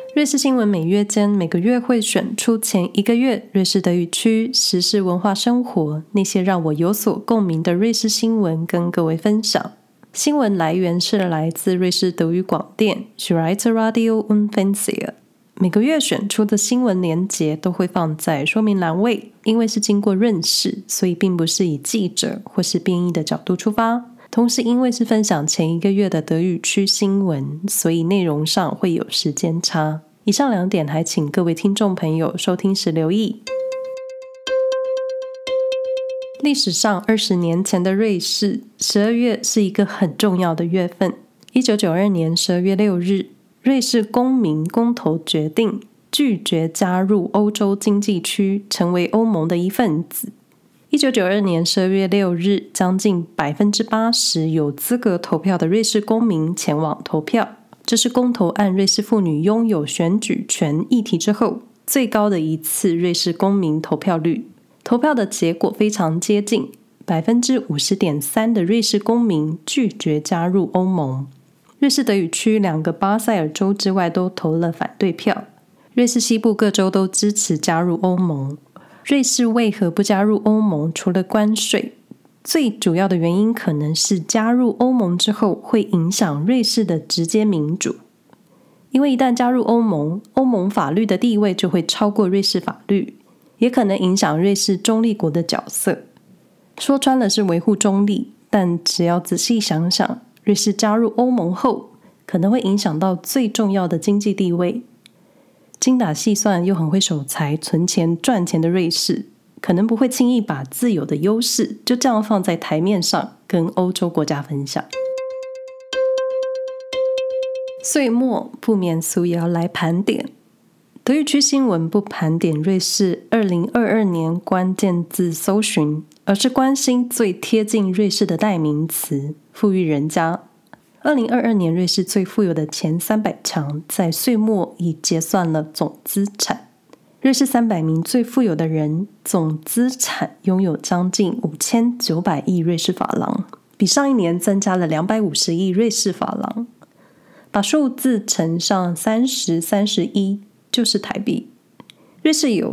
瑞士新闻每月间每个月会选出前一个月瑞士德语区时事文化生活那些让我有所共鸣的瑞士新闻跟各位分享。新闻来源是来自瑞士德语广电 Schweizer Radio und Fernsehen。 每个月选出的新闻连结都会放在说明栏位，因为是经过润饰，所以并不是以记者或是编译的角度出发，同时因为是分享前一个月的德语区新闻，所以内容上会有时间差。以上2点还请各位听众朋友收听时留意。历史上20年前的瑞士12月是一个很重要的月份。1992年12月6日，瑞士公民公投决定拒绝加入欧洲经济区，成为欧盟的一份子。1992年12月6日，将近 80% 有资格投票的瑞士公民前往投票，这是公投案瑞士妇女拥有选举权议题之后最高的一次瑞士公民投票率。投票的结果非常接近， 50.3% 的瑞士公民拒绝加入欧盟。瑞士德语区2个巴塞尔州之外都投了反对票，瑞士西部各州都支持加入欧盟。瑞士为何不加入欧盟？除了关税，最主要的原因可能是加入欧盟之后会影响瑞士的直接民主。因为一旦加入欧盟，欧盟法律的地位就会超过瑞士法律，也可能影响瑞士中立国的角色。说穿了是维护中立，但只要仔细想想，瑞士加入欧盟后可能会影响到最重要的经济地位。精打细算又很会守财、存钱赚钱的瑞士，可能不会轻易把自有的优势就这样放在台面上跟欧洲国家分享。岁末不免俗也要来盘点。德语区新闻不盘点瑞士2022年关键字搜寻，而是关心最贴近瑞士的代名词富裕人家。2022年瑞士最富有的前300强在岁末已结算了总资产。瑞士300名最富有的人总资产拥有将近5900亿瑞士法郎，比上一年增加了250亿瑞士法郎。把数字乘上30、31就是台币。瑞士有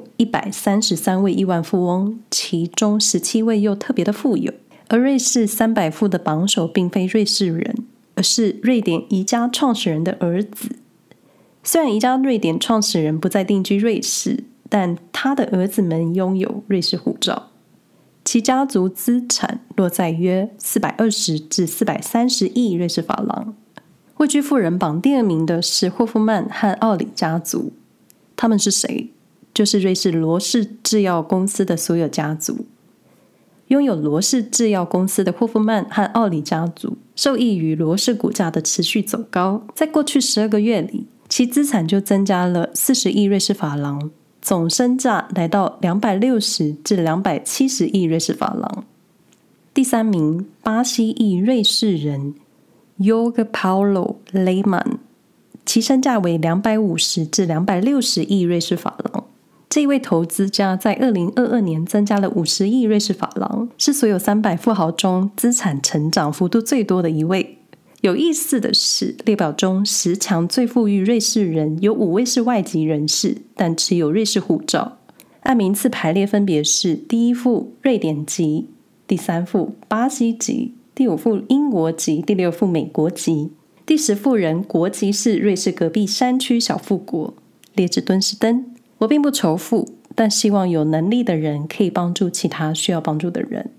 133位亿万富翁，其中17位又特别的富有。而瑞士300富的榜首并非瑞士人，而是瑞典宜家创始人的儿子。虽然宜家瑞典创始人不再定居瑞士，但他的儿子们拥有瑞士护照。其家族资产落在约420至430亿瑞士法郎。位居富人榜第2名的是霍夫曼和奥里家族。他们是谁？就是瑞士罗氏制药公司的所有家族。拥有罗氏制药公司的霍夫曼和奥里家族受益于罗氏股价的持续走高，在过去12个月里，其资产就增加了40亿瑞士法郎，总身价来到260至270亿瑞士法郎。第3名，巴西裔瑞士人Jorge Paulo Lemann， 其身价为250至260亿瑞士法郎。这一位投资家在2022年增加了50亿瑞士法郎，是所有300富豪中资产成长幅度最多的一位。有意思的是，列表中10强最富裕瑞士人有5位是外籍人士，但持有瑞士护照。按名次排列分别是第1富瑞典籍，第3富巴西籍，第5富英国籍，第6富美国籍，第10富人国籍是瑞士隔壁山区小富国列支敦士登。我并不仇富，但希望有能力的人可以帮助其他需要帮助的人。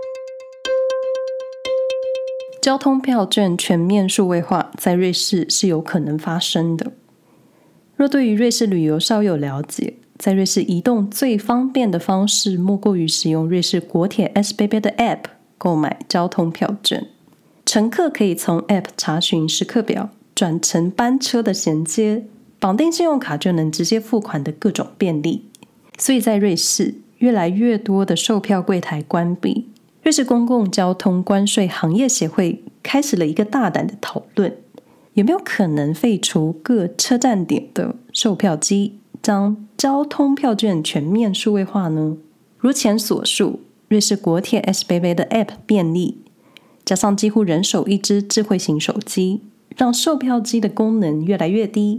交通票券全面数位化在瑞士是有可能发生的。若对于瑞士旅游稍有了解，在瑞士移动最方便的方式莫过于使用瑞士国铁 SBB 的 App 购买交通票券。乘客可以从 App 查询时刻表、转乘班车的衔接、绑定信用卡就能直接付款的各种便利。所以在瑞士，越来越多的售票柜台关闭。瑞士公共交通关税行业协会开始了一个大胆的讨论，有没有可能废除各车站点的售票机，将交通票券全面数位化呢？如前所述，瑞士国铁 SBB 的 App 便利，加上几乎人手一只智慧型手机，让售票机的功能越来越低。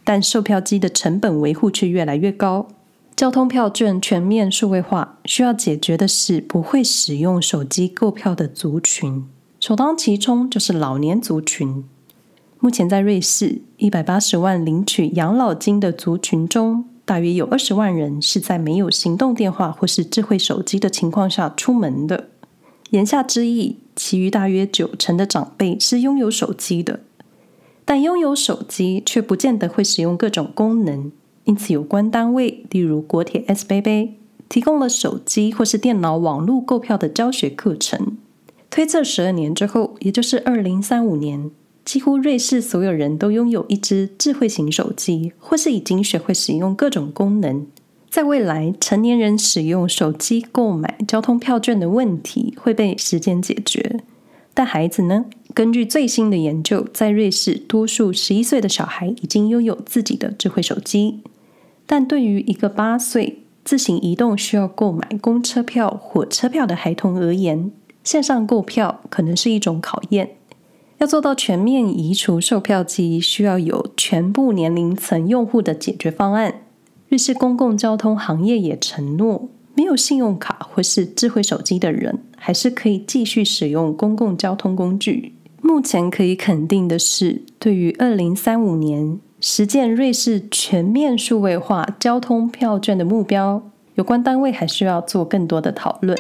但售票机的成本维护却越来越高。交通票券全面数位化，需要解决的是不会使用手机购票的族群，首当其冲就是老年族群。目前在瑞士180万领取养老金的族群中，大约有20万人是在没有行动电话或是智慧手机的情况下出门的。言下之意，其余大约90%的长辈是拥有手机的，但拥有手机却不见得会使用各种功能，因此有关单位，例如国铁 SBB 提供了手机或是电脑网络购票的教学课程。推测12年之后，也就是2035年，几乎瑞士所有人都拥有一只智慧型手机，或是已经学会使用各种功能。在未来，成年人使用手机购买交通票券的问题会被时间解决，但孩子呢？根据最新的研究，在瑞士多数11岁的小孩已经拥有自己的智慧手机，但对于一个8岁自行移动需要购买公车票、火车票的孩童而言，线上购票可能是一种考验。要做到全面移除售票机，需要有全部年龄层用户的解决方案。瑞士公共交通行业也承诺，没有信用卡或是智慧手机的人，还是可以继续使用公共交通工具。目前可以肯定的是，对于2035年实践瑞士全面数位化交通票券的目标，有关单位还需要做更多的讨论。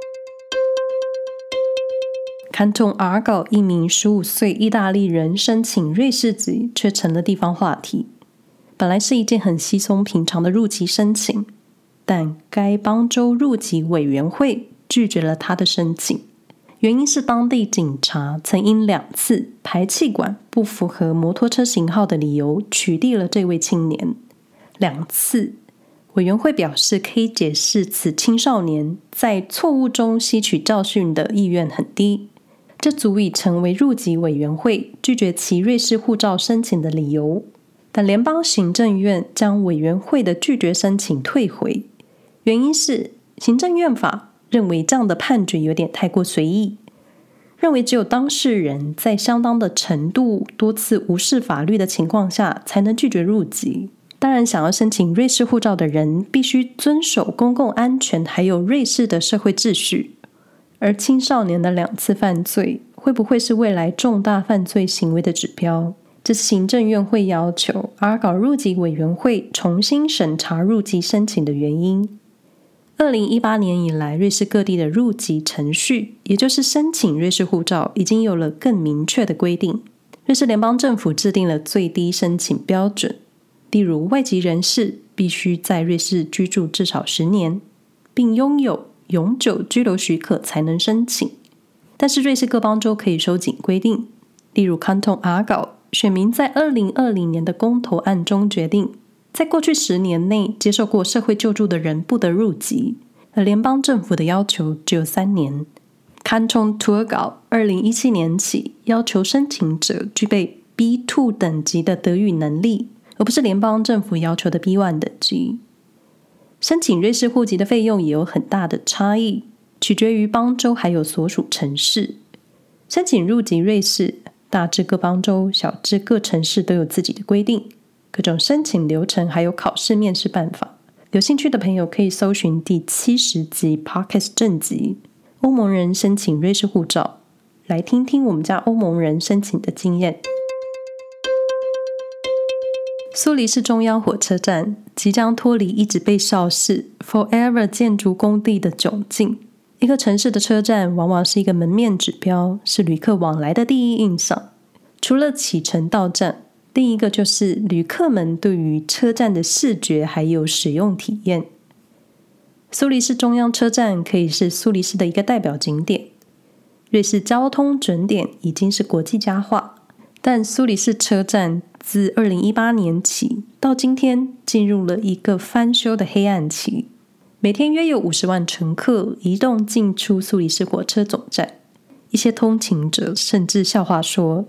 坎通阿搞一名15岁意大利人申请瑞士籍，却成了地方话题。本来是一件很稀松平常的入籍申请，但该邦州入籍委员会拒绝了他的申请，原因是当地警察曾因2次排气管不符合摩托车型号的理由取缔了这位青年。2次，委员会表示可以解释此青少年在错误中吸取教训的意愿很低，这足以成为入籍委员会拒绝其瑞士护照申请的理由。但联邦行政院将委员会的拒绝申请退回，原因是行政院法认为这样的判决有点太过随意，认为只有当事人在相当的程度多次无视法律的情况下才能拒绝入籍。当然，想要申请瑞士护照的人必须遵守公共安全还有瑞士的社会秩序。而青少年的2次犯罪会不会是未来重大犯罪行为的指标？这是行政院会要求阿搞入籍委员会重新审查入籍申请的原因。2018年以来，瑞士各地的入籍程序，也就是申请瑞士护照，已经有了更明确的规定。瑞士联邦政府制定了最低申请标准，例如外籍人士必须在瑞士居住至少10年，并拥有永久居留许可才能申请。但是瑞士各邦州可以收紧规定，例如坎通阿搞选民在2020年的公投案中决定，在过去10年内接受过社会救助的人不得入籍，而联邦政府的要求只有3年。坎通图尔搞2017年起要求申请者具备 B2 等级的德语能力，而不是联邦政府要求的 B1 等级。申请瑞士户籍的费用也有很大的差异，取决于邦州还有所属城市。申请入籍瑞士，大至各邦州，小至各城市都有自己的规定，各种申请流程还有考试面试办法。有兴趣的朋友可以搜寻第70集 Podcast 正集欧盟人申请瑞士护照，来听听我们家欧盟人申请的经验。苏黎世中央火车站即将脱离一直被笑视 Forever 建筑工地的窘境。一个城市的车站往往是一个门面指标，是旅客往来的第一印象。除了启程到站，另一个就是旅客们对于车站的视觉还有使用体验。苏黎世中央车站可以是苏黎世的一个代表景点。瑞士交通准点已经是国际佳话，但苏黎世车站自2018年起到今天进入了一个翻修的黑暗期。每天约有50万乘客移动进出苏黎世火车总站，一些通勤者甚至笑说，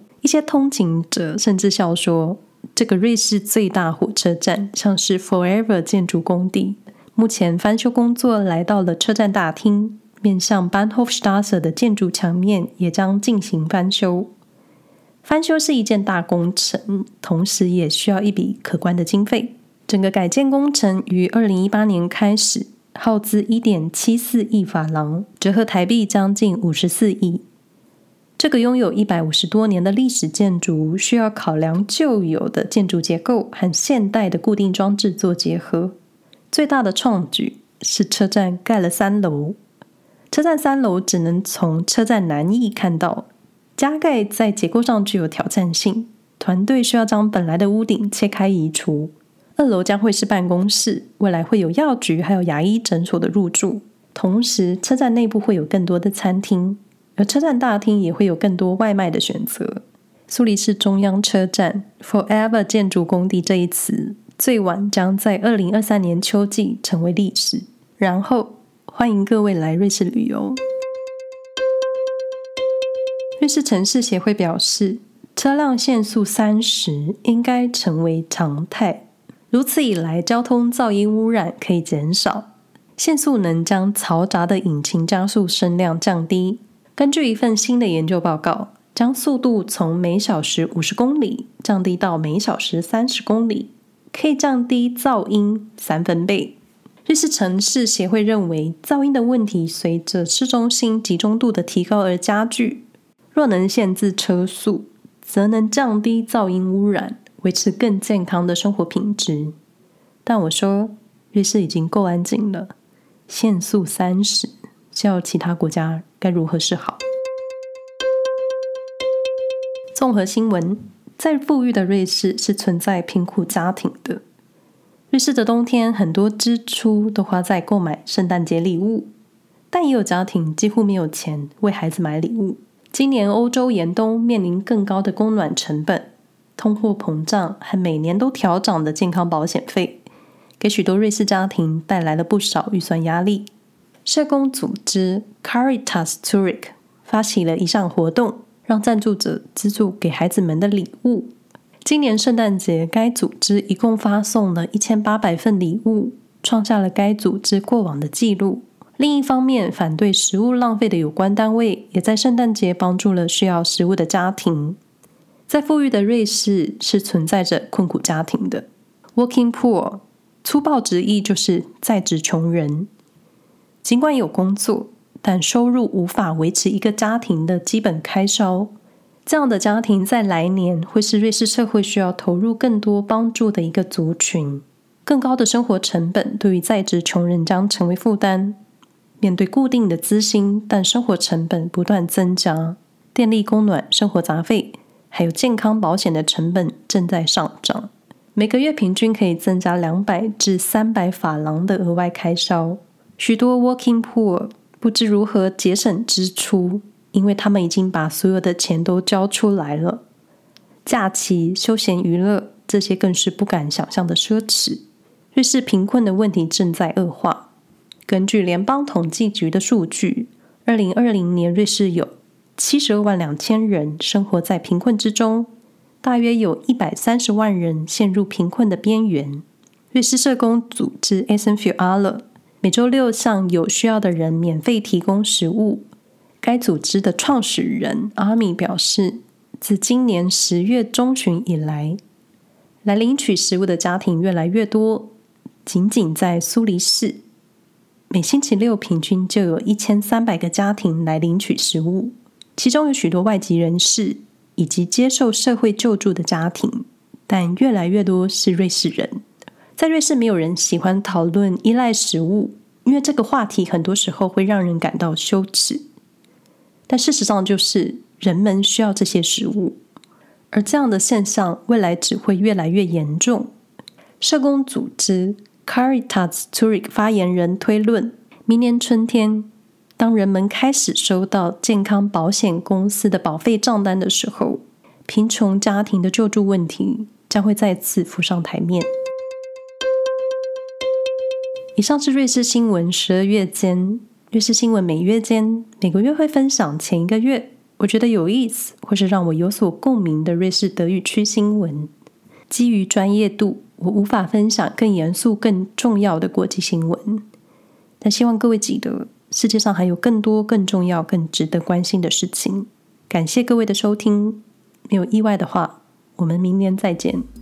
这个瑞士最大火车站像是 Forever 建筑工地。目前翻修工作来到了车站大厅，面向 Bahnhofstrasse 的建筑墙面也将进行翻修。 翻修是一件大工程，同时也需要一笔可观的经费。整个改建工程于2018年开始，耗资 1.74 亿法郎，折合台币将近54亿。这个拥有150多年的历史建筑，需要考量旧有的建筑结构和现代的固定装置做结合。最大的创举是车站盖了3楼，车站3楼只能从车站南翼看到，加盖在结构上具有挑战性，团队需要将本来的屋顶切开移除。2楼将会是办公室，未来会有药局还有牙医诊所的入住，同时车站内部会有更多的餐厅，而车站大厅也会有更多外卖的选择。苏黎世中央车站 Forever 建筑工地这一词最晚将在2023年秋季成为历史。然后欢迎各位来瑞士旅游。瑞士城市协会表示，车辆限速30应该成为常态，如此一来交通噪音污染可以减少，限速能将嘈杂的引擎加速声量降低。根据一份新的研究报告，将速度从每小时50公里降低到每小时30公里，可以降低噪音3分贝。瑞士城市协会认为，噪音的问题随着市中心集中度的提高而加剧，若能限制车速，则能降低噪音污染，维持更健康的生活品质。但我说，瑞士已经够安静了，限速30，叫其他国家该如何是好？综合新闻，在富裕的瑞士是存在贫苦家庭的。瑞士的冬天很多支出都花在购买圣诞节礼物，但也有家庭几乎没有钱为孩子买礼物。今年欧洲严冬面临更高的供暖成本、通货膨胀和每年都调涨的健康保险费，给许多瑞士家庭带来了不少预算压力。社工组织 Caritas Zurich 发起了一项活动，让赞助者资助给孩子们的礼物。今年圣诞节，该组织一共发送了1800份礼物，创下了该组织过往的纪录。另一方面，反对食物浪费的有关单位也在圣诞节帮助了需要食物的家庭。在富裕的瑞士是存在着困苦家庭的 Working Poor， 粗暴直译就是在职穷人。尽管有工作，但收入无法维持一个家庭的基本开销。这样的家庭在来年会是瑞士社会需要投入更多帮助的一个族群。更高的生活成本对于在职穷人将成为负担。面对固定的资薪，但生活成本不断增加，电力、供暖、生活杂费，还有健康保险的成本正在上涨。每个月平均可以增加200至300法郎的额外开销。许多 Working Poor 不知如何节省支出，因为他们已经把所有的钱都交出来了。假期、休闲娱乐，这些更是不敢想象的奢侈。瑞士贫困的问题正在恶化。根据联邦统计局的数据，2020年瑞士有72万2千人生活在贫困之中，大约有130万人陷入贫困的边缘。瑞士社工组织 Essen für alle 每周6向有需要的人免费提供食物。该组织的创始人阿米表示，自今年10月中旬以来，来领取食物的家庭越来越多。仅仅在苏黎世，每星期6平均就有1300个家庭来领取食物，其中有许多外籍人士以及接受社会救助的家庭，但越来越多是瑞士人。在瑞士，没有人喜欢讨论依赖食物，因为这个话题很多时候会让人感到羞耻。但事实上就是人们需要这些食物，而这样的现象未来只会越来越严重。社工组织 Caritas Zurich 发言人推论，明年春天，当人们开始收到健康保险公司的保费账单的时候，贫穷家庭的救助问题将会再次浮上台面。以上是瑞士新闻12月间。瑞士新闻每月间每个月会分享前一个月我觉得有意思或是让我有所共鸣的瑞士德语区新闻。基于专业度，我无法分享更严肃更重要的国际新闻，但希望各位记得，世界上还有更多更重要更值得关心的事情。感谢各位的收听， 没有意外的话，我们明年再见。